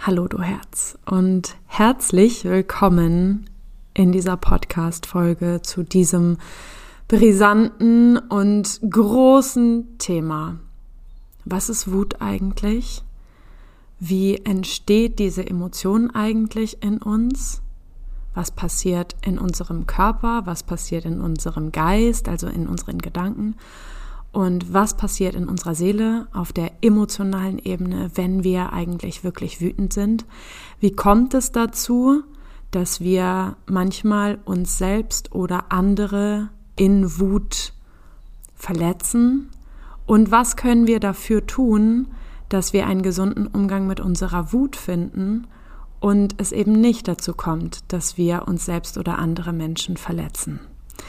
Hallo du Herz und herzlich willkommen in dieser Podcast-Folge zu diesem brisanten und großen Thema. Was ist Wut eigentlich? Wie entsteht diese Emotion eigentlich in uns? Was passiert in unserem Körper? Was passiert in unserem Geist, also in unseren Gedanken? Und was passiert in unserer Seele auf der emotionalen Ebene, wenn wir eigentlich wirklich wütend sind? Wie kommt es dazu, dass wir manchmal uns selbst oder andere in Wut verletzen? Und was können wir dafür tun, dass wir einen gesunden Umgang mit unserer Wut finden und es eben nicht dazu kommt, dass wir uns selbst oder andere Menschen verletzen?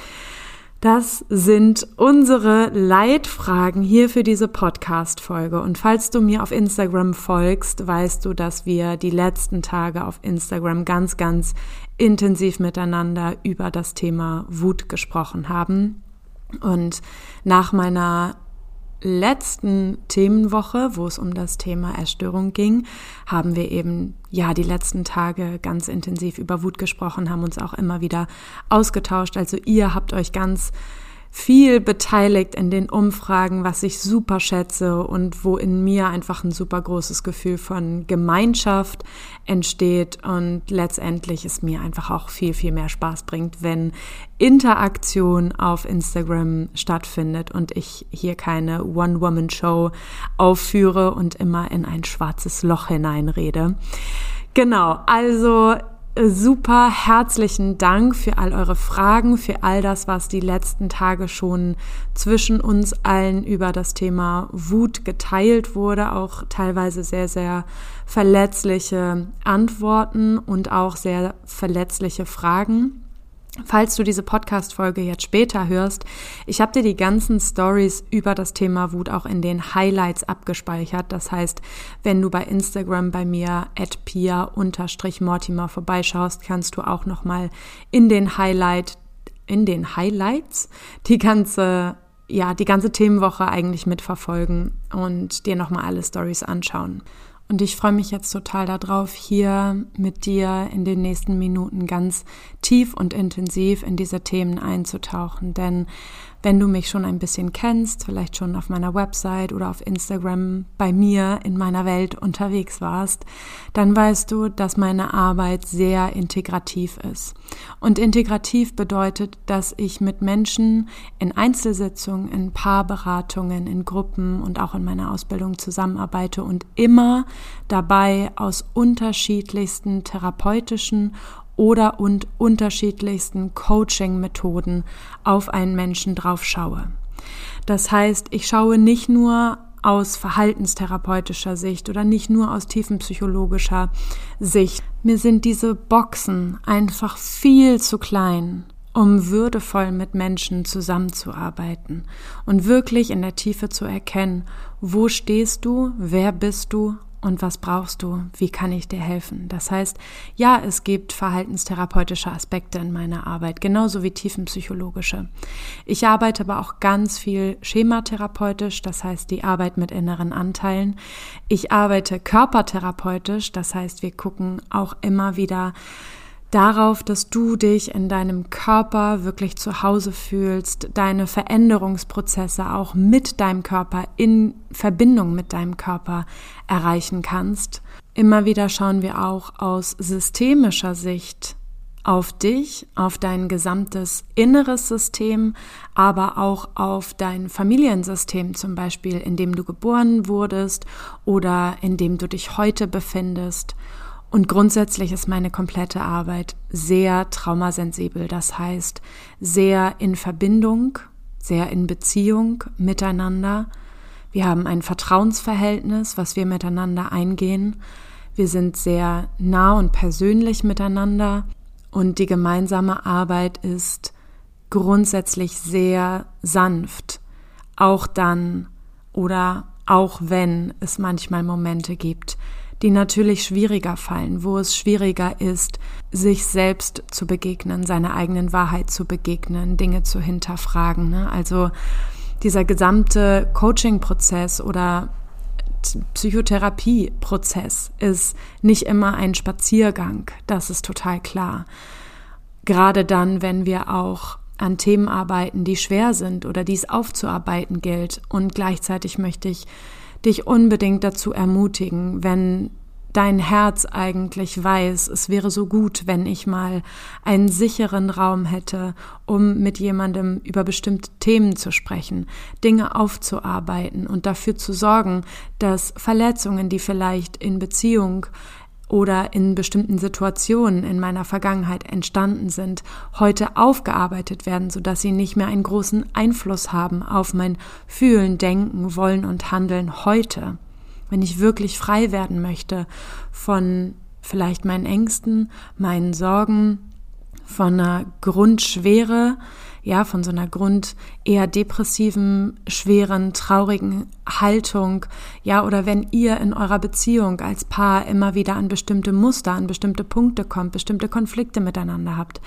Das sind unsere Leitfragen hier für diese Podcast-Folge. Und falls du mir auf Instagram folgst, weißt du, dass wir die letzten Tage auf Instagram ganz, ganz intensiv miteinander über das Thema Wut gesprochen haben. Und nach meiner letzten Themenwoche, wo es um das Thema Essstörung ging, haben wir eben die letzten Tage ganz intensiv über Wut gesprochen, haben uns auch immer wieder ausgetauscht. Also ihr habt euch ganz viel beteiligt in den Umfragen, was ich super schätze und wo in mir einfach ein super großes Gefühl von Gemeinschaft entsteht und letztendlich es mir einfach auch viel, viel mehr Spaß bringt, wenn Interaktion auf Instagram stattfindet und ich hier keine One-Woman-Show aufführe und immer in ein schwarzes Loch hineinrede. Genau, also super herzlichen Dank für all eure Fragen, für all das, was die letzten Tage schon zwischen uns allen über das Thema Wut geteilt wurde. Auch teilweise sehr, sehr verletzliche Antworten und auch sehr verletzliche Fragen. Falls du diese Podcast-Folge jetzt später hörst, ich habe dir die ganzen Stories über das Thema Wut auch in den Highlights abgespeichert. Das heißt, wenn du bei Instagram bei mir @pia_mortimer vorbeischaust, kannst du auch nochmal in den Highlights die ganze Themenwoche eigentlich mitverfolgen und dir nochmal alle Stories anschauen. Und ich freue mich jetzt total darauf, hier mit dir in den nächsten Minuten ganz tief und intensiv in diese Themen einzutauchen. Denn wenn du mich schon ein bisschen kennst, vielleicht schon auf meiner Website oder auf Instagram bei mir in meiner Welt unterwegs warst, dann weißt du, dass meine Arbeit sehr integrativ ist. Und integrativ bedeutet, dass ich mit Menschen in Einzelsitzungen, in Paarberatungen, in Gruppen und auch in meiner Ausbildung zusammenarbeite und immer dabei aus unterschiedlichsten therapeutischen oder unterschiedlichsten Coaching-Methoden auf einen Menschen drauf schaue. Das heißt, ich schaue nicht nur aus verhaltenstherapeutischer Sicht oder nicht nur aus tiefenpsychologischer Sicht. Mir sind diese Boxen einfach viel zu klein, um würdevoll mit Menschen zusammenzuarbeiten und wirklich in der Tiefe zu erkennen, wo stehst du, wer bist du und was brauchst du? Wie kann ich dir helfen? Das heißt, ja, es gibt verhaltenstherapeutische Aspekte in meiner Arbeit, genauso wie tiefenpsychologische. Ich arbeite aber auch ganz viel schematherapeutisch, das heißt die Arbeit mit inneren Anteilen. Ich arbeite körpertherapeutisch, das heißt, wir gucken auch immer wieder darauf, dass du dich in deinem Körper wirklich zu Hause fühlst, deine Veränderungsprozesse auch mit deinem Körper, in Verbindung mit deinem Körper erreichen kannst. Immer wieder schauen wir auch aus systemischer Sicht auf dich, auf dein gesamtes inneres System, aber auch auf dein Familiensystem, zum Beispiel, in dem du geboren wurdest oder in dem du dich heute befindest. Und grundsätzlich ist meine komplette Arbeit sehr traumasensibel, das heißt sehr in Verbindung, sehr in Beziehung miteinander. Wir haben ein Vertrauensverhältnis, was wir miteinander eingehen. Wir sind sehr nah und persönlich miteinander und die gemeinsame Arbeit ist grundsätzlich sehr sanft, auch dann oder auch wenn es manchmal Momente gibt, die natürlich schwieriger fallen, wo es schwieriger ist, sich selbst zu begegnen, seiner eigenen Wahrheit zu begegnen, Dinge zu hinterfragen. Also dieser gesamte Coaching-Prozess oder Psychotherapieprozess ist nicht immer ein Spaziergang, das ist total klar. Gerade dann, wenn wir auch an Themen arbeiten, die schwer sind oder die es aufzuarbeiten gilt. Und gleichzeitig möchte ich dich unbedingt dazu ermutigen, wenn dein Herz eigentlich weiß, es wäre so gut, wenn ich mal einen sicheren Raum hätte, um mit jemandem über bestimmte Themen zu sprechen, Dinge aufzuarbeiten und dafür zu sorgen, dass Verletzungen, die vielleicht in Beziehung oder in bestimmten Situationen in meiner Vergangenheit entstanden sind, heute aufgearbeitet werden, sodass sie nicht mehr einen großen Einfluss haben auf mein Fühlen, Denken, Wollen und Handeln heute. Wenn ich wirklich frei werden möchte von vielleicht meinen Ängsten, meinen Sorgen, von einer Grundschwere, ja, von so einer eher depressiven, schweren, traurigen Haltung, ja, oder wenn ihr in eurer Beziehung als Paar immer wieder an bestimmte Muster, an bestimmte Punkte kommt, bestimmte Konflikte miteinander habt,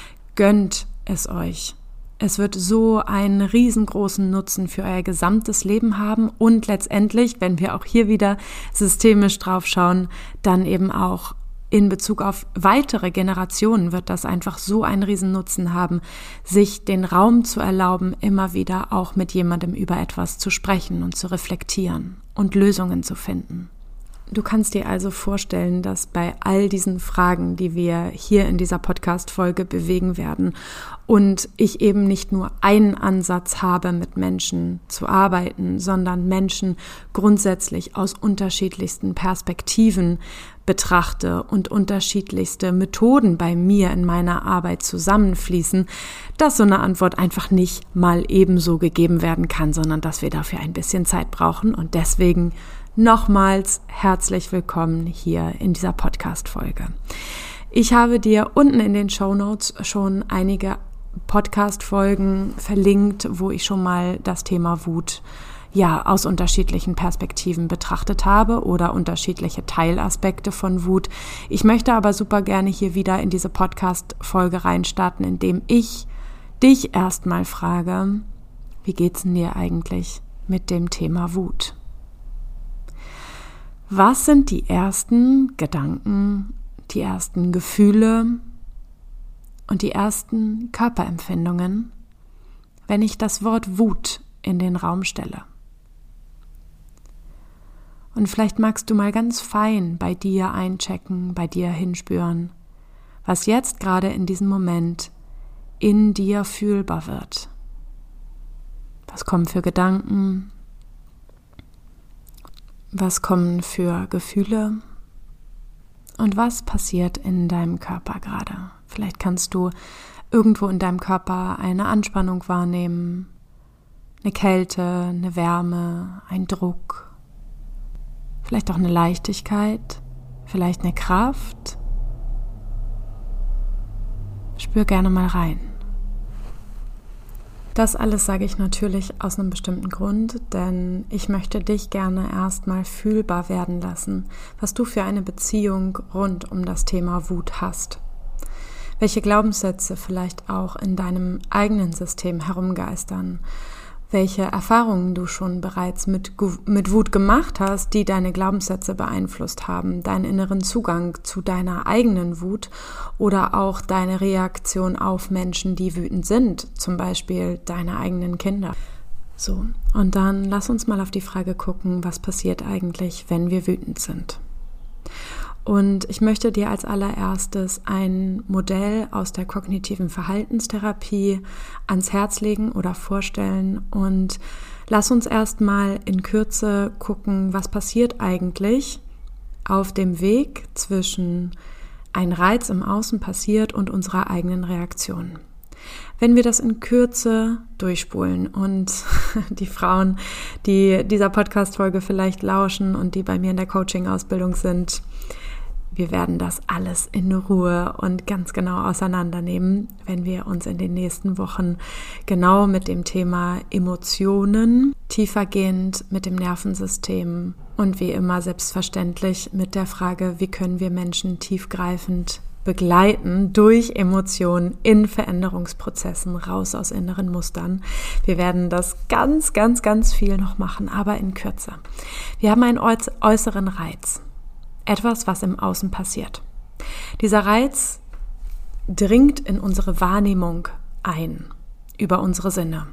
gönnt es euch. Es wird so einen riesengroßen Nutzen für euer gesamtes Leben haben und letztendlich, wenn wir auch hier wieder systemisch drauf schauen, dann eben auch in Bezug auf weitere Generationen wird das einfach so einen riesen Nutzen haben, sich den Raum zu erlauben, immer wieder auch mit jemandem über etwas zu sprechen und zu reflektieren und Lösungen zu finden. Du kannst dir also vorstellen, dass bei all diesen Fragen, die wir hier in dieser Podcast-Folge bewegen werden und ich eben nicht nur einen Ansatz habe, mit Menschen zu arbeiten, sondern Menschen grundsätzlich aus unterschiedlichsten Perspektiven betrachte und unterschiedlichste Methoden bei mir in meiner Arbeit zusammenfließen, dass so eine Antwort einfach nicht mal ebenso gegeben werden kann, sondern dass wir dafür ein bisschen Zeit brauchen und deswegen nochmals herzlich willkommen hier in dieser Podcast-Folge. Ich habe dir unten in den Shownotes schon einige Podcast-Folgen verlinkt, wo ich schon mal das Thema Wut aus unterschiedlichen Perspektiven betrachtet habe oder unterschiedliche Teilaspekte von Wut. Ich möchte aber super gerne hier wieder in diese Podcast-Folge reinstarten, indem ich dich erstmal frage, wie geht's denn dir eigentlich mit dem Thema Wut? Was sind die ersten Gedanken, die ersten Gefühle und die ersten Körperempfindungen, wenn ich das Wort Wut in den Raum stelle? Und vielleicht magst du mal ganz fein bei dir einchecken, bei dir hinspüren, was jetzt gerade in diesem Moment in dir fühlbar wird. Was kommen für Gedanken? Was kommen für Gefühle? Und was passiert in deinem Körper gerade? Vielleicht kannst du irgendwo in deinem Körper eine Anspannung wahrnehmen, eine Kälte, eine Wärme, ein Druck, vielleicht auch eine Leichtigkeit, vielleicht eine Kraft. Spür gerne mal rein. Das alles sage ich natürlich aus einem bestimmten Grund, denn ich möchte dich gerne erstmal fühlbar werden lassen, was du für eine Beziehung rund um das Thema Wut hast. Welche Glaubenssätze vielleicht auch in deinem eigenen System herumgeistern, welche Erfahrungen du schon bereits mit Wut gemacht hast, die deine Glaubenssätze beeinflusst haben, deinen inneren Zugang zu deiner eigenen Wut oder auch deine Reaktion auf Menschen, die wütend sind, zum Beispiel deine eigenen Kinder. So, und dann lass uns mal auf die Frage gucken, was passiert eigentlich, wenn wir wütend sind. Und ich möchte dir als allererstes ein Modell aus der kognitiven Verhaltenstherapie ans Herz legen oder vorstellen und lass uns erstmal in Kürze gucken, was passiert eigentlich auf dem Weg zwischen ein Reiz im Außen passiert und unserer eigenen Reaktion. Wenn wir das in Kürze durchspulen und die Frauen, die dieser Podcast-Folge vielleicht lauschen und die bei mir in der Coaching-Ausbildung sind, wir werden das alles in Ruhe und ganz genau auseinandernehmen, wenn wir uns in den nächsten Wochen genau mit dem Thema Emotionen, tiefergehend mit dem Nervensystem und wie immer selbstverständlich mit der Frage, wie können wir Menschen tiefgreifend begleiten durch Emotionen in Veränderungsprozessen, raus aus inneren Mustern. Wir werden das ganz, ganz, ganz viel noch machen, aber in Kürze. Wir haben einen äußeren Reiz, etwas, was im Außen passiert. Dieser Reiz dringt in unsere Wahrnehmung ein, über unsere Sinne.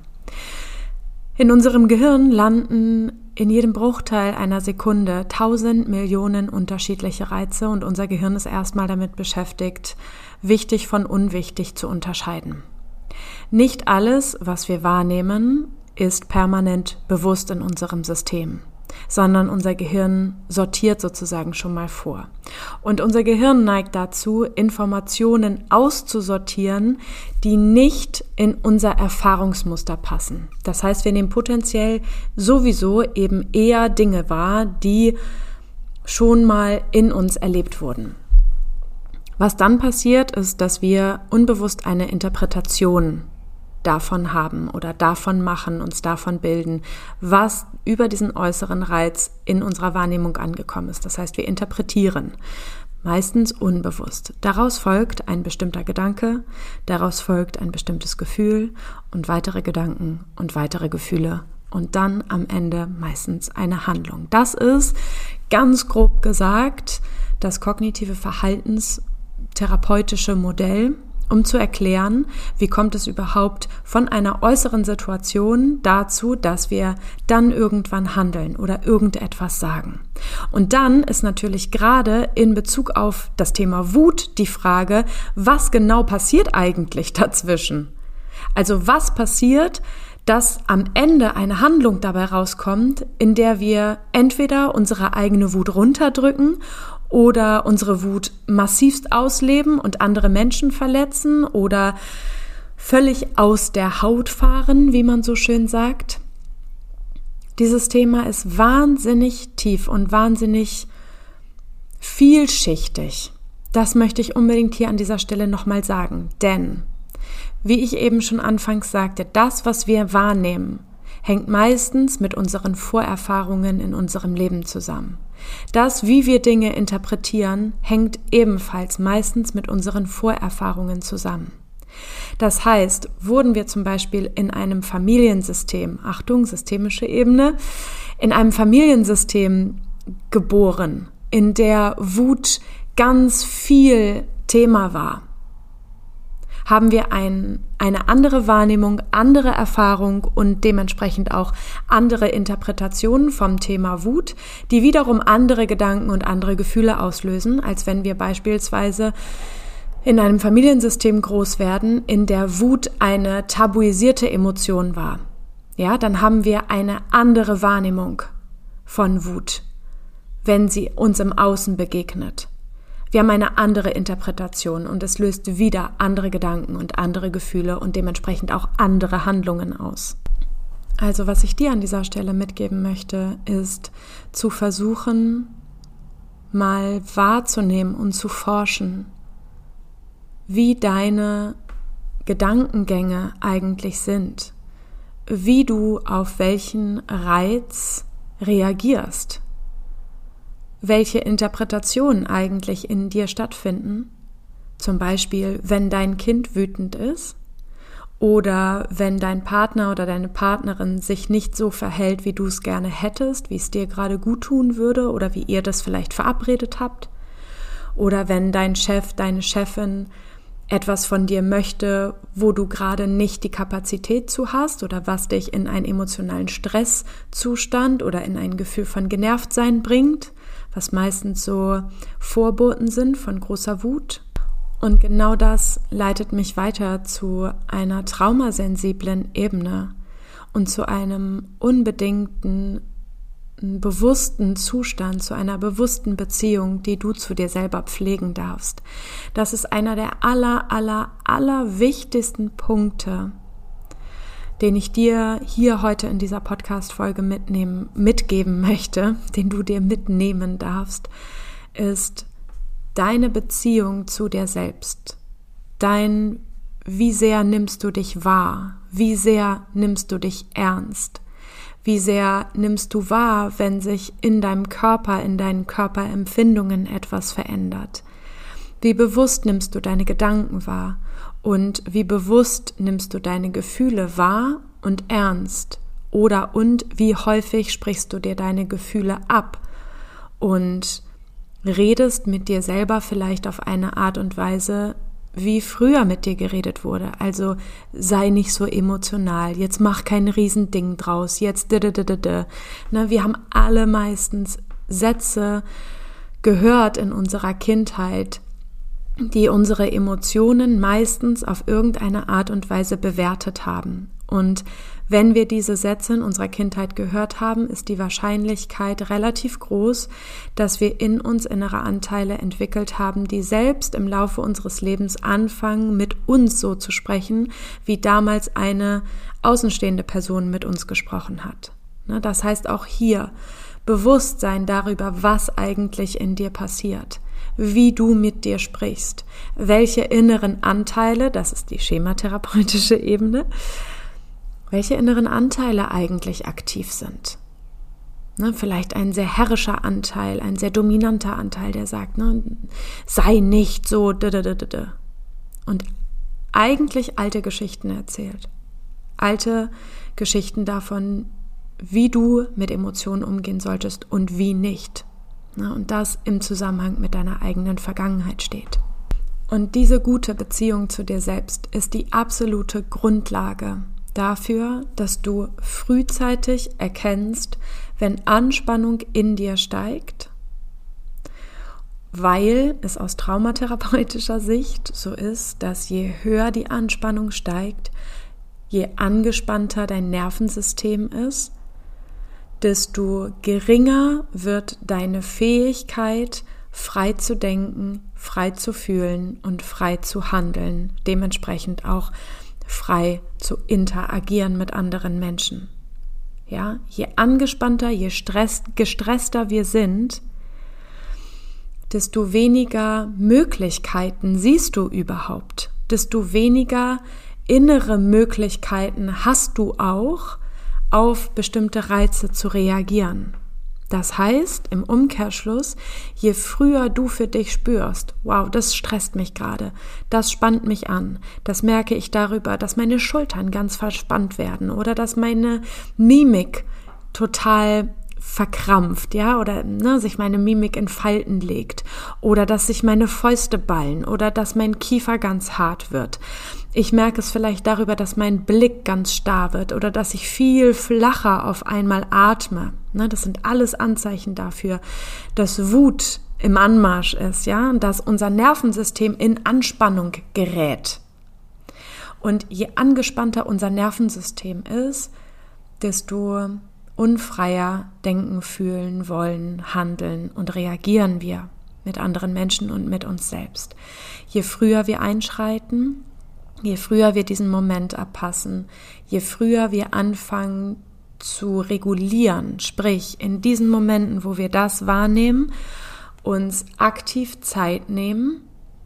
In unserem Gehirn landen in jedem Bruchteil einer Sekunde 1000 Millionen unterschiedliche Reize und unser Gehirn ist erstmal damit beschäftigt, wichtig von unwichtig zu unterscheiden. Nicht alles, was wir wahrnehmen, ist permanent bewusst in unserem System, sondern unser Gehirn sortiert sozusagen schon mal vor. Und unser Gehirn neigt dazu, Informationen auszusortieren, die nicht in unser Erfahrungsmuster passen. Das heißt, wir nehmen potenziell sowieso eben eher Dinge wahr, die schon mal in uns erlebt wurden. Was dann passiert, ist, dass wir unbewusst eine Interpretation davon haben oder davon machen, uns davon bilden, was über diesen äußeren Reiz in unserer Wahrnehmung angekommen ist. Das heißt, wir interpretieren, meistens unbewusst. Daraus folgt ein bestimmter Gedanke, daraus folgt ein bestimmtes Gefühl und weitere Gedanken und weitere Gefühle und dann am Ende meistens eine Handlung. Das ist, ganz grob gesagt, das kognitive verhaltenstherapeutische Modell, um zu erklären, wie kommt es überhaupt von einer äußeren Situation dazu, dass wir dann irgendwann handeln oder irgendetwas sagen. Und dann ist natürlich gerade in Bezug auf das Thema Wut die Frage, was genau passiert eigentlich dazwischen? Also was passiert, dass am Ende eine Handlung dabei rauskommt, in der wir entweder unsere eigene Wut runterdrücken oder unsere Wut massivst ausleben und andere Menschen verletzen oder völlig aus der Haut fahren, wie man so schön sagt. Dieses Thema ist wahnsinnig tief und wahnsinnig vielschichtig. Das möchte ich unbedingt hier an dieser Stelle nochmal sagen, denn, wie ich eben schon anfangs sagte, das, was wir wahrnehmen, hängt meistens mit unseren Vorerfahrungen in unserem Leben zusammen. Das, wie wir Dinge interpretieren, hängt ebenfalls meistens mit unseren Vorerfahrungen zusammen. Das heißt, wurden wir zum Beispiel in einem Familiensystem, Achtung, systemische Ebene, in einem Familiensystem geboren, in der Wut ganz viel Thema war, haben wir eine andere Wahrnehmung, andere Erfahrung und dementsprechend auch andere Interpretationen vom Thema Wut, die wiederum andere Gedanken und andere Gefühle auslösen, als wenn wir beispielsweise in einem Familiensystem groß werden, in der Wut eine tabuisierte Emotion war. Ja, dann haben wir eine andere Wahrnehmung von Wut, wenn sie uns im Außen begegnet. Wir haben eine andere Interpretation und es löst wieder andere Gedanken und andere Gefühle und dementsprechend auch andere Handlungen aus. Also was ich dir an dieser Stelle mitgeben möchte, ist zu versuchen, mal wahrzunehmen und zu forschen, wie deine Gedankengänge eigentlich sind, wie du auf welchen Reiz reagierst, welche Interpretationen eigentlich in dir stattfinden. Zum Beispiel, wenn dein Kind wütend ist oder wenn dein Partner oder deine Partnerin sich nicht so verhält, wie du es gerne hättest, wie es dir gerade gut tun würde oder wie ihr das vielleicht verabredet habt. Oder wenn dein Chef, deine Chefin etwas von dir möchte, wo du gerade nicht die Kapazität zu hast oder was dich in einen emotionalen Stresszustand oder in ein Gefühl von Genervtsein bringt, was meistens so Vorboten sind von großer Wut. Und genau das leitet mich weiter zu einer traumasensiblen Ebene und zu einem unbedingten, bewussten Zustand, zu einer bewussten Beziehung, die du zu dir selber pflegen darfst. Das ist einer der aller wichtigsten Punkte, den ich dir hier heute in dieser Podcast-Folge mitgeben möchte, den du dir mitnehmen darfst, ist deine Beziehung zu dir selbst. Wie sehr nimmst du dich wahr? Wie sehr nimmst du dich ernst? Wie sehr nimmst du wahr, wenn sich in deinem Körper, in deinen Körperempfindungen etwas verändert? Wie bewusst nimmst du deine Gedanken wahr? Und wie bewusst nimmst du deine Gefühle wahr und ernst? Und wie häufig sprichst du dir deine Gefühle ab und redest mit dir selber vielleicht auf eine Art und Weise, wie früher mit dir geredet wurde. Also sei nicht so emotional, jetzt mach kein Riesending draus, jetzt wir haben alle meistens Sätze gehört in unserer Kindheit, die unsere Emotionen meistens auf irgendeine Art und Weise bewertet haben. Und wenn wir diese Sätze in unserer Kindheit gehört haben, ist die Wahrscheinlichkeit relativ groß, dass wir in uns innere Anteile entwickelt haben, die selbst im Laufe unseres Lebens anfangen, mit uns so zu sprechen, wie damals eine außenstehende Person mit uns gesprochen hat. Das heißt auch hier Bewusstsein darüber, was eigentlich in dir passiert, wie du mit dir sprichst, welche inneren Anteile, das ist die schematherapeutische Ebene, welche inneren Anteile eigentlich aktiv sind. Vielleicht ein sehr herrischer Anteil, ein sehr dominanter Anteil, der sagt, sei nicht so, und eigentlich alte Geschichten erzählt. Alte Geschichten davon, wie du mit Emotionen umgehen solltest und wie nicht. Und das im Zusammenhang mit deiner eigenen Vergangenheit steht. Und diese gute Beziehung zu dir selbst ist die absolute Grundlage dafür, dass du frühzeitig erkennst, wenn Anspannung in dir steigt, weil es aus traumatherapeutischer Sicht so ist, dass je höher die Anspannung steigt, je angespannter dein Nervensystem ist, desto geringer wird deine Fähigkeit, frei zu denken, frei zu fühlen und frei zu handeln, dementsprechend auch frei zu interagieren mit anderen Menschen. Ja, je angespannter, je gestresster wir sind, desto weniger Möglichkeiten siehst du überhaupt, desto weniger innere Möglichkeiten hast du auch, auf bestimmte Reize zu reagieren. Das heißt, im Umkehrschluss, je früher du für dich spürst, wow, das stresst mich gerade, das spannt mich an, das merke ich darüber, dass meine Schultern ganz verspannt werden oder dass meine Mimik total verkrampft, ja, oder sich meine Mimik in Falten legt oder dass sich meine Fäuste ballen oder dass mein Kiefer ganz hart wird. Ich merke es vielleicht darüber, dass mein Blick ganz starr wird oder dass ich viel flacher auf einmal atme. Das sind alles Anzeichen dafür, dass Wut im Anmarsch ist, ja, und dass unser Nervensystem in Anspannung gerät. Und je angespannter unser Nervensystem ist, desto unfreier denken, fühlen, wollen, handeln und reagieren wir mit anderen Menschen und mit uns selbst. Je früher wir einschreiten, je früher wir diesen Moment abpassen, je früher wir anfangen zu regulieren, sprich in diesen Momenten, wo wir das wahrnehmen, uns aktiv Zeit nehmen,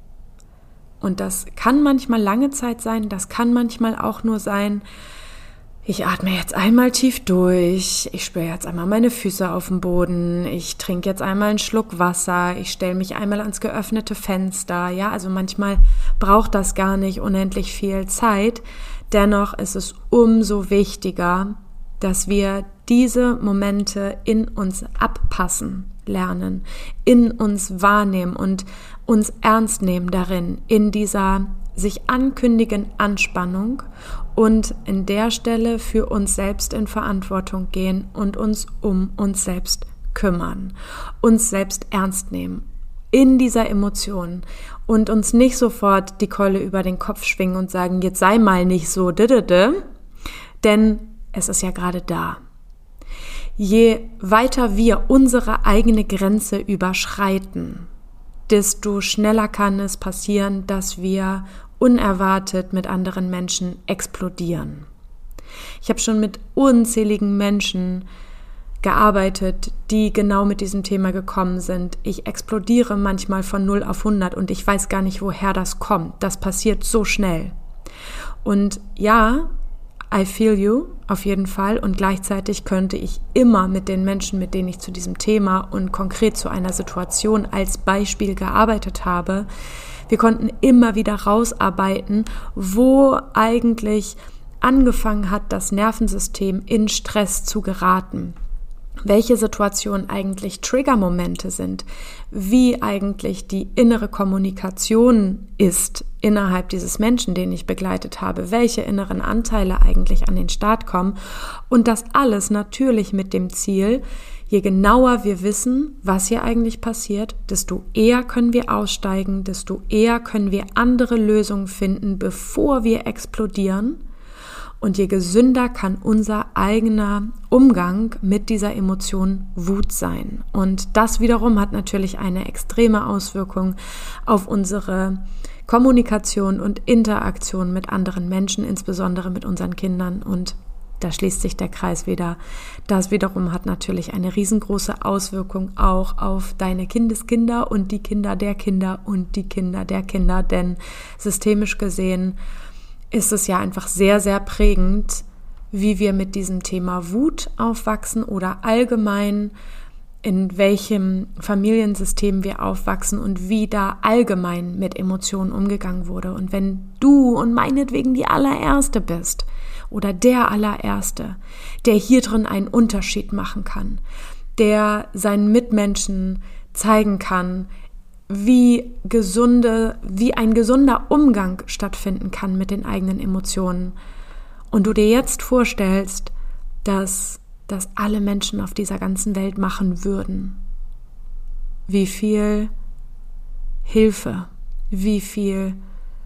und das kann manchmal lange Zeit sein, das kann manchmal auch nur sein, ich atme jetzt einmal tief durch, ich spüre jetzt einmal meine Füße auf dem Boden, ich trinke jetzt einmal einen Schluck Wasser, ich stelle mich einmal ans geöffnete Fenster, ja, also manchmal braucht das gar nicht unendlich viel Zeit, dennoch ist es umso wichtiger, dass wir diese Momente in uns abpassen lernen, in uns wahrnehmen und uns ernst nehmen darin, in dieser sich ankündigen Anspannung und in der Stelle für uns selbst in Verantwortung gehen und uns um uns selbst kümmern, uns selbst ernst nehmen in dieser Emotion und uns nicht sofort die Keule über den Kopf schwingen und sagen, jetzt sei mal nicht so, denn es ist ja gerade da. Je weiter wir unsere eigene Grenze überschreiten, desto schneller kann es passieren, dass wir unerwartet mit anderen Menschen explodieren. Ich habe schon mit unzähligen Menschen gearbeitet, die genau mit diesem Thema gekommen sind. Ich explodiere manchmal von 0 auf 100 und ich weiß gar nicht, woher das kommt. Das passiert so schnell. Und ja, I feel you, auf jeden Fall. Und gleichzeitig könnte ich immer mit den Menschen, mit denen ich zu diesem Thema und konkret zu einer Situation als Beispiel gearbeitet habe, wir konnten immer wieder rausarbeiten, wo eigentlich angefangen hat, das Nervensystem in Stress zu geraten. Welche Situationen eigentlich Triggermomente sind, wie eigentlich die innere Kommunikation ist innerhalb dieses Menschen, den ich begleitet habe, welche inneren Anteile eigentlich an den Start kommen und das alles natürlich mit dem Ziel, je genauer wir wissen, was hier eigentlich passiert, desto eher können wir aussteigen, desto eher können wir andere Lösungen finden, bevor wir explodieren. Und je gesünder kann unser eigener Umgang mit dieser Emotion Wut sein. Und das wiederum hat natürlich eine extreme Auswirkung auf unsere Kommunikation und Interaktion mit anderen Menschen, insbesondere mit unseren Kindern. Und da schließt sich der Kreis wieder. Das wiederum hat natürlich eine riesengroße Auswirkung auch auf deine Kindeskinder und die Kinder der Kinder und die Kinder der Kinder. Denn systemisch gesehen ist es ja einfach sehr, sehr prägend, wie wir mit diesem Thema Wut aufwachsen oder allgemein in welchem Familiensystem wir aufwachsen und wie da allgemein mit Emotionen umgegangen wurde. Und wenn du und meinetwegen die allererste bist oder der allererste, der hier drin einen Unterschied machen kann, der seinen Mitmenschen zeigen kann, wie ein gesunder Umgang stattfinden kann mit den eigenen Emotionen. Und du dir jetzt vorstellst, dass das alle Menschen auf dieser ganzen Welt machen würden. Wie viel Hilfe, wie viel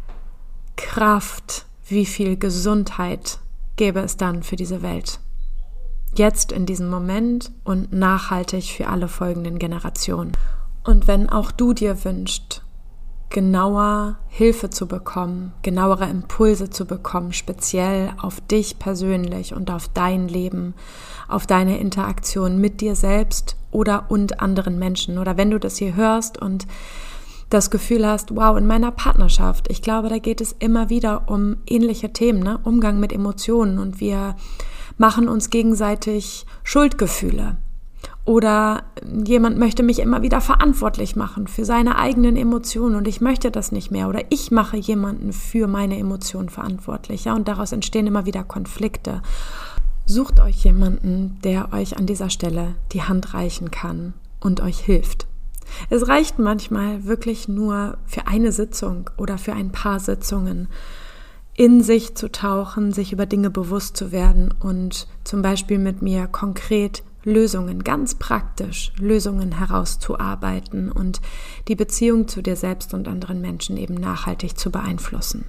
Kraft, wie viel Gesundheit gäbe es dann für diese Welt. Jetzt in diesem Moment und nachhaltig für alle folgenden Generationen. Und wenn auch du dir wünschst, genauer Hilfe zu bekommen, genauere Impulse zu bekommen, speziell auf dich persönlich und auf dein Leben, auf deine Interaktion mit dir selbst und anderen Menschen. Oder wenn du das hier hörst und das Gefühl hast, wow, in meiner Partnerschaft, ich glaube, da geht es immer wieder um ähnliche Themen, ne? Umgang mit Emotionen und wir machen uns gegenseitig Schuldgefühle. Oder jemand möchte mich immer wieder verantwortlich machen für seine eigenen Emotionen und ich möchte das nicht mehr. Oder ich mache jemanden für meine Emotionen verantwortlich. Ja, und daraus entstehen immer wieder Konflikte. Sucht euch jemanden, der euch an dieser Stelle die Hand reichen kann und euch hilft. Es reicht manchmal wirklich nur für eine Sitzung oder für ein paar Sitzungen, in sich zu tauchen, sich über Dinge bewusst zu werden und zum Beispiel mit mir konkret Lösungen, ganz praktisch Lösungen herauszuarbeiten und die Beziehung zu dir selbst und anderen Menschen eben nachhaltig zu beeinflussen.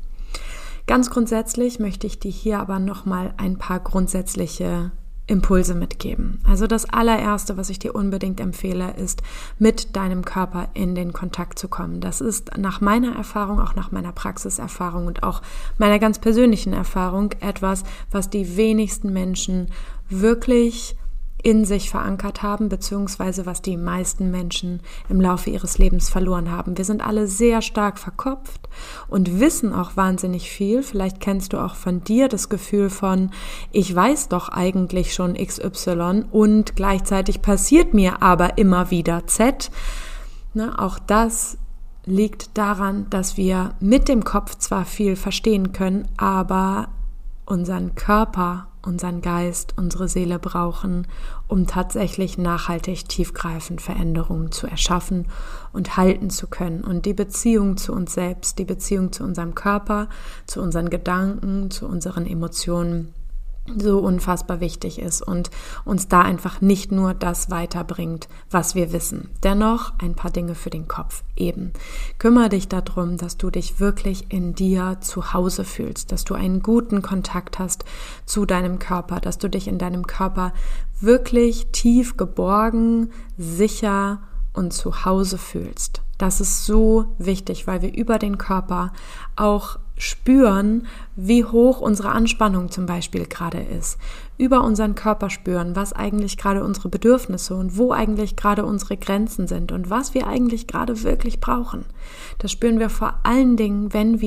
Ganz grundsätzlich möchte ich dir hier aber nochmal ein paar grundsätzliche Impulse mitgeben. Also das allererste, was ich dir unbedingt empfehle, ist, mit deinem Körper in den Kontakt zu kommen. Das ist nach meiner Erfahrung, auch nach meiner Praxiserfahrung und auch meiner ganz persönlichen Erfahrung etwas, was die wenigsten Menschen wirklich in sich verankert haben, beziehungsweise was die meisten Menschen im Laufe ihres Lebens verloren haben. Wir sind alle sehr stark verkopft und wissen auch wahnsinnig viel. Vielleicht kennst du auch von dir das Gefühl von, ich weiß doch eigentlich schon XY und gleichzeitig passiert mir aber immer wieder Z. Auch das liegt daran, dass wir mit dem Kopf zwar viel verstehen können, aber unseren Körper, unseren Geist, unsere Seele brauchen, um tatsächlich nachhaltig tiefgreifend Veränderungen zu erschaffen und halten zu können. Und die Beziehung zu uns selbst, die Beziehung zu unserem Körper, zu unseren Gedanken, zu unseren Emotionen so unfassbar wichtig ist und uns da einfach nicht nur das weiterbringt, was wir wissen. Dennoch ein paar Dinge für den Kopf eben. Kümmere dich darum, dass du dich wirklich in dir zu Hause fühlst, dass du einen guten Kontakt hast zu deinem Körper, dass du dich in deinem Körper wirklich tief geborgen, sicher und zu Hause fühlst. Das ist so wichtig, weil wir über den Körper auch spüren, wie hoch unsere Anspannung zum Beispiel gerade ist. Über unseren Körper spüren, was eigentlich gerade unsere Bedürfnisse und wo eigentlich gerade unsere Grenzen sind und was wir eigentlich gerade wirklich brauchen. Das spüren wir vor allen Dingen, wenn wir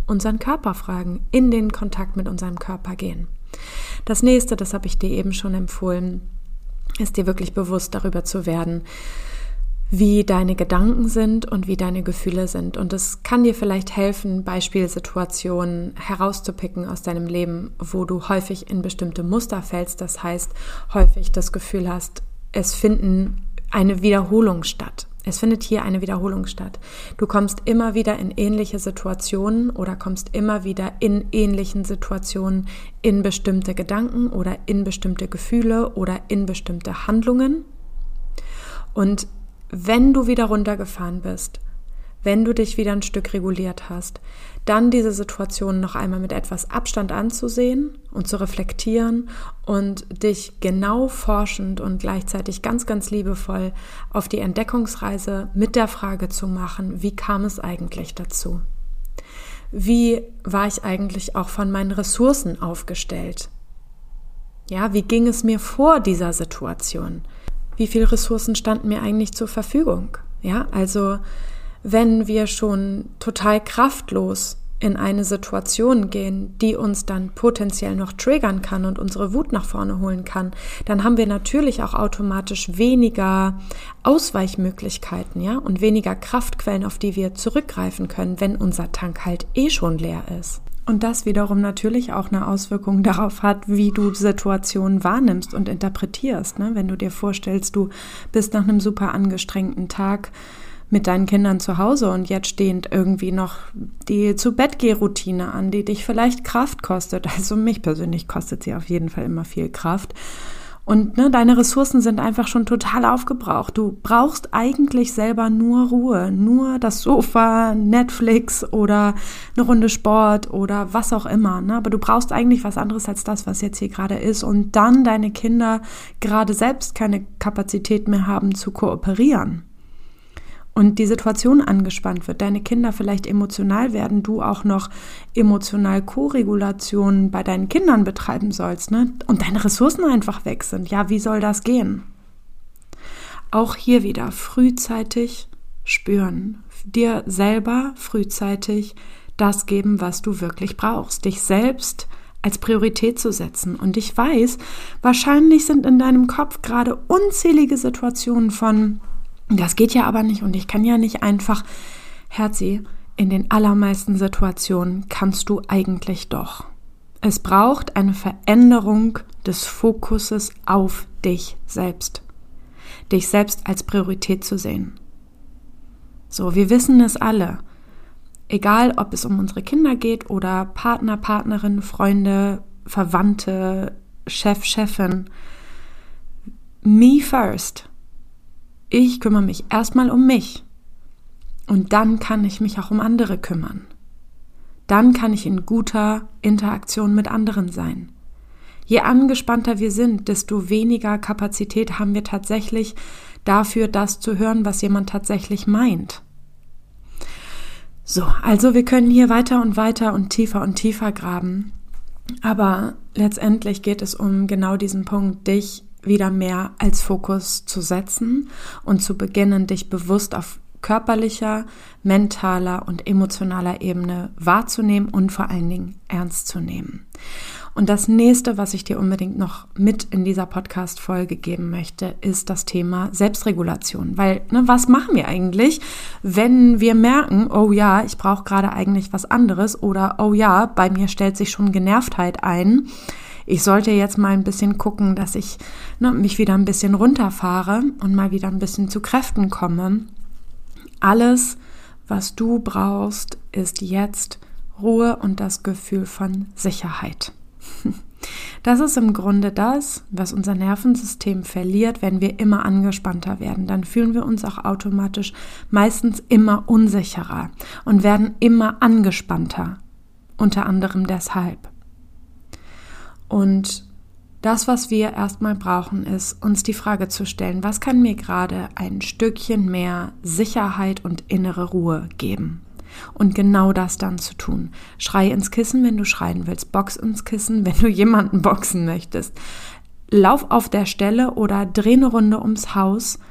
unseren Körper fragen, in den Kontakt mit unserem Körper gehen. Das nächste, das habe ich dir eben schon empfohlen, ist dir wirklich bewusst darüber zu werden, wie deine Gedanken sind und wie deine Gefühle sind. Und es kann dir vielleicht helfen, Beispielsituationen herauszupicken aus deinem Leben, wo du häufig in bestimmte Muster fällst. Das heißt, häufig das Gefühl hast, es findet eine Wiederholung statt. Es findet hier eine Wiederholung statt. Du kommst immer wieder in ähnliche Situationen oder kommst immer wieder in ähnlichen Situationen in bestimmte Gedanken oder in bestimmte Gefühle oder in bestimmte Handlungen. Und wenn du wieder runtergefahren bist, wenn du dich wieder ein Stück reguliert hast, dann diese Situation noch einmal mit etwas Abstand anzusehen und zu reflektieren und dich genau forschend und gleichzeitig ganz, ganz liebevoll auf die Entdeckungsreise mit der Frage zu machen, wie kam es eigentlich dazu? Wie war ich eigentlich auch von meinen Ressourcen aufgestellt? Ja, wie ging es mir vor dieser Situation? Wie viele Ressourcen standen mir eigentlich zur Verfügung? Ja, also wenn wir schon total kraftlos in eine Situation gehen, die uns dann potenziell noch triggern kann und unsere Wut nach vorne holen kann, dann haben wir natürlich auch automatisch weniger Ausweichmöglichkeiten, ja, und weniger Kraftquellen, auf die wir zurückgreifen können, wenn unser Tank halt schon leer ist. Und das wiederum natürlich auch eine Auswirkung darauf hat, wie du Situationen wahrnimmst und interpretierst. Ne? Wenn du dir vorstellst, du bist nach einem super angestrengten Tag mit deinen Kindern zu Hause und jetzt stehend irgendwie noch die Zu-Bett-Geh-Routine an, die dich vielleicht Kraft kostet. Also mich persönlich kostet sie auf jeden Fall immer viel Kraft. Und deine Ressourcen sind einfach schon total aufgebraucht. Du brauchst eigentlich selber nur Ruhe, nur das Sofa, Netflix oder eine Runde Sport oder was auch immer. Ne? Aber du brauchst eigentlich was anderes als das, was jetzt hier gerade ist. Und dann deine Kinder gerade selbst keine Kapazität mehr haben zu kooperieren. Und die Situation angespannt wird, deine Kinder vielleicht emotional werden, du auch noch emotional Co-Regulation bei deinen Kindern betreiben sollst, ne? Und deine Ressourcen einfach weg sind. Ja, wie soll das gehen? Auch hier wieder frühzeitig spüren, dir selber frühzeitig das geben, was du wirklich brauchst, dich selbst als Priorität zu setzen. Und ich weiß, wahrscheinlich sind in deinem Kopf gerade unzählige Situationen von das geht ja aber nicht und ich kann ja nicht einfach. Herzi, in den allermeisten Situationen kannst du eigentlich doch. Es braucht eine Veränderung des Fokuses auf dich selbst. Dich selbst als Priorität zu sehen. So, wir wissen es alle. Egal, ob es um unsere Kinder geht oder Partner, Partnerin, Freunde, Verwandte, Chef, Chefin. Me first. Ich kümmere mich erstmal um mich und dann kann ich mich auch um andere kümmern. Dann kann ich in guter Interaktion mit anderen sein. Je angespannter wir sind, desto weniger Kapazität haben wir tatsächlich dafür, das zu hören, was jemand tatsächlich meint. So, also wir können hier weiter und weiter und tiefer graben, aber letztendlich geht es um genau diesen Punkt, dich wieder mehr als Fokus zu setzen und zu beginnen, dich bewusst auf körperlicher, mentaler und emotionaler Ebene wahrzunehmen und vor allen Dingen ernst zu nehmen. Und das nächste, was ich dir unbedingt noch mit in dieser Podcast-Folge geben möchte, ist das Thema Selbstregulation. Weil, was machen wir eigentlich, wenn wir merken, oh ja, ich brauche gerade eigentlich was anderes oder oh ja, bei mir stellt sich schon Genervtheit ein. Ich sollte jetzt mal ein bisschen gucken, dass ich mich wieder ein bisschen runterfahre und mal wieder ein bisschen zu Kräften komme. Alles, was du brauchst, ist jetzt Ruhe und das Gefühl von Sicherheit. Das ist im Grunde das, was unser Nervensystem verliert, wenn wir immer angespannter werden. Dann fühlen wir uns auch automatisch meistens immer unsicherer und werden immer angespannter, unter anderem deshalb. Und das, was wir erstmal brauchen, ist, uns die Frage zu stellen, was kann mir gerade ein Stückchen mehr Sicherheit und innere Ruhe geben? Und genau das dann zu tun. Schrei ins Kissen, wenn du schreien willst. Box ins Kissen, wenn du jemanden boxen möchtest. Lauf auf der Stelle oder dreh eine Runde ums Haus.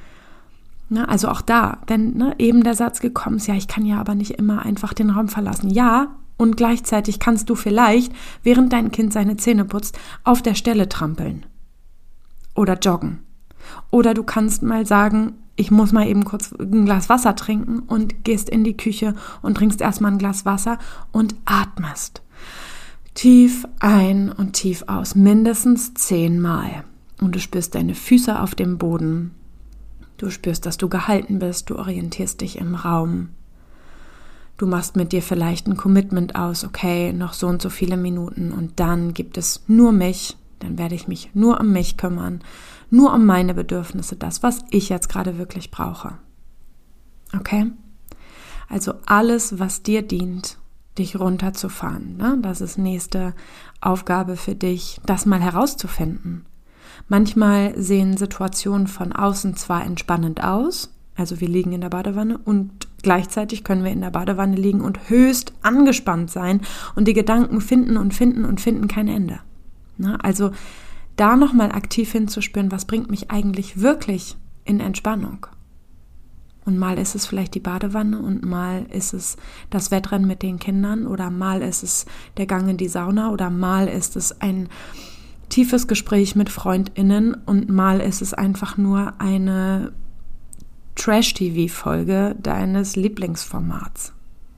Also auch da, wenn eben der Satz gekommen ist, ja, ich kann ja aber nicht immer einfach den Raum verlassen. Ja, Und gleichzeitig kannst du vielleicht, während dein Kind seine Zähne putzt, auf der Stelle trampeln oder joggen. Oder du kannst mal sagen, ich muss mal eben kurz ein Glas Wasser trinken und gehst in die Küche und trinkst erstmal ein Glas Wasser und atmest. Tief ein und tief aus, mindestens 10 Mal. Und du spürst deine Füße auf dem Boden. Du spürst, dass du gehalten bist, du orientierst dich im Raum. Du machst mit dir vielleicht ein Commitment aus, okay, noch so und so viele Minuten und dann gibt es nur mich, dann werde ich mich nur um mich kümmern, nur um meine Bedürfnisse, das, was ich jetzt gerade wirklich brauche. Okay? Also alles, was dir dient, dich runterzufahren, ne? Das ist nächste Aufgabe für dich, das mal herauszufinden. Manchmal sehen Situationen von außen zwar entspannend aus, also wir liegen in der Badewanne und gleichzeitig können wir in der Badewanne liegen und höchst angespannt sein und die Gedanken finden kein Ende. Na, also da nochmal aktiv hinzuspüren, was bringt mich eigentlich wirklich in Entspannung. Und mal ist es vielleicht die Badewanne und mal ist es das Wettrennen mit den Kindern oder mal ist es der Gang in die Sauna oder mal ist es ein tiefes Gespräch mit FreundInnen und mal ist es einfach nur eine Trash-TV-Folge deines Lieblingsformats.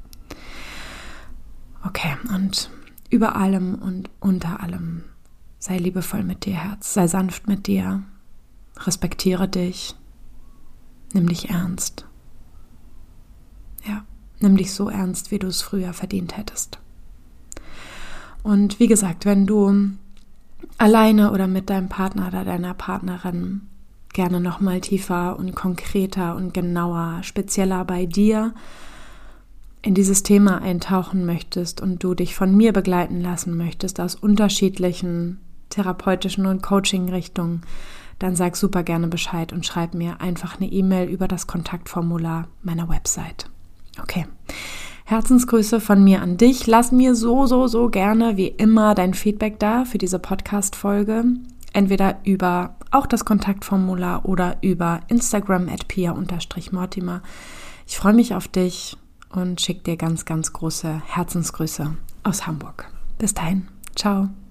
Okay, und über allem und unter allem sei liebevoll mit dir, Herz, sei sanft mit dir, respektiere dich, nimm dich ernst. Ja, nimm dich so ernst, wie du es früher verdient hättest. Und wie gesagt, wenn du alleine oder mit deinem Partner oder deiner Partnerin gerne nochmal tiefer und konkreter und genauer, spezieller bei dir in dieses Thema eintauchen möchtest und du dich von mir begleiten lassen möchtest aus unterschiedlichen therapeutischen und Coaching-Richtungen, dann sag super gerne Bescheid und schreib mir einfach eine E-Mail über das Kontaktformular meiner Website. Okay, Herzensgrüße von mir an dich. Lass mir so gerne wie immer dein Feedback da für diese Podcast-Folge. Entweder über auch das Kontaktformular oder über Instagram @pia_mortimer. Ich freue mich auf dich und schicke dir ganz große Herzensgrüße aus Hamburg. Bis dahin, ciao.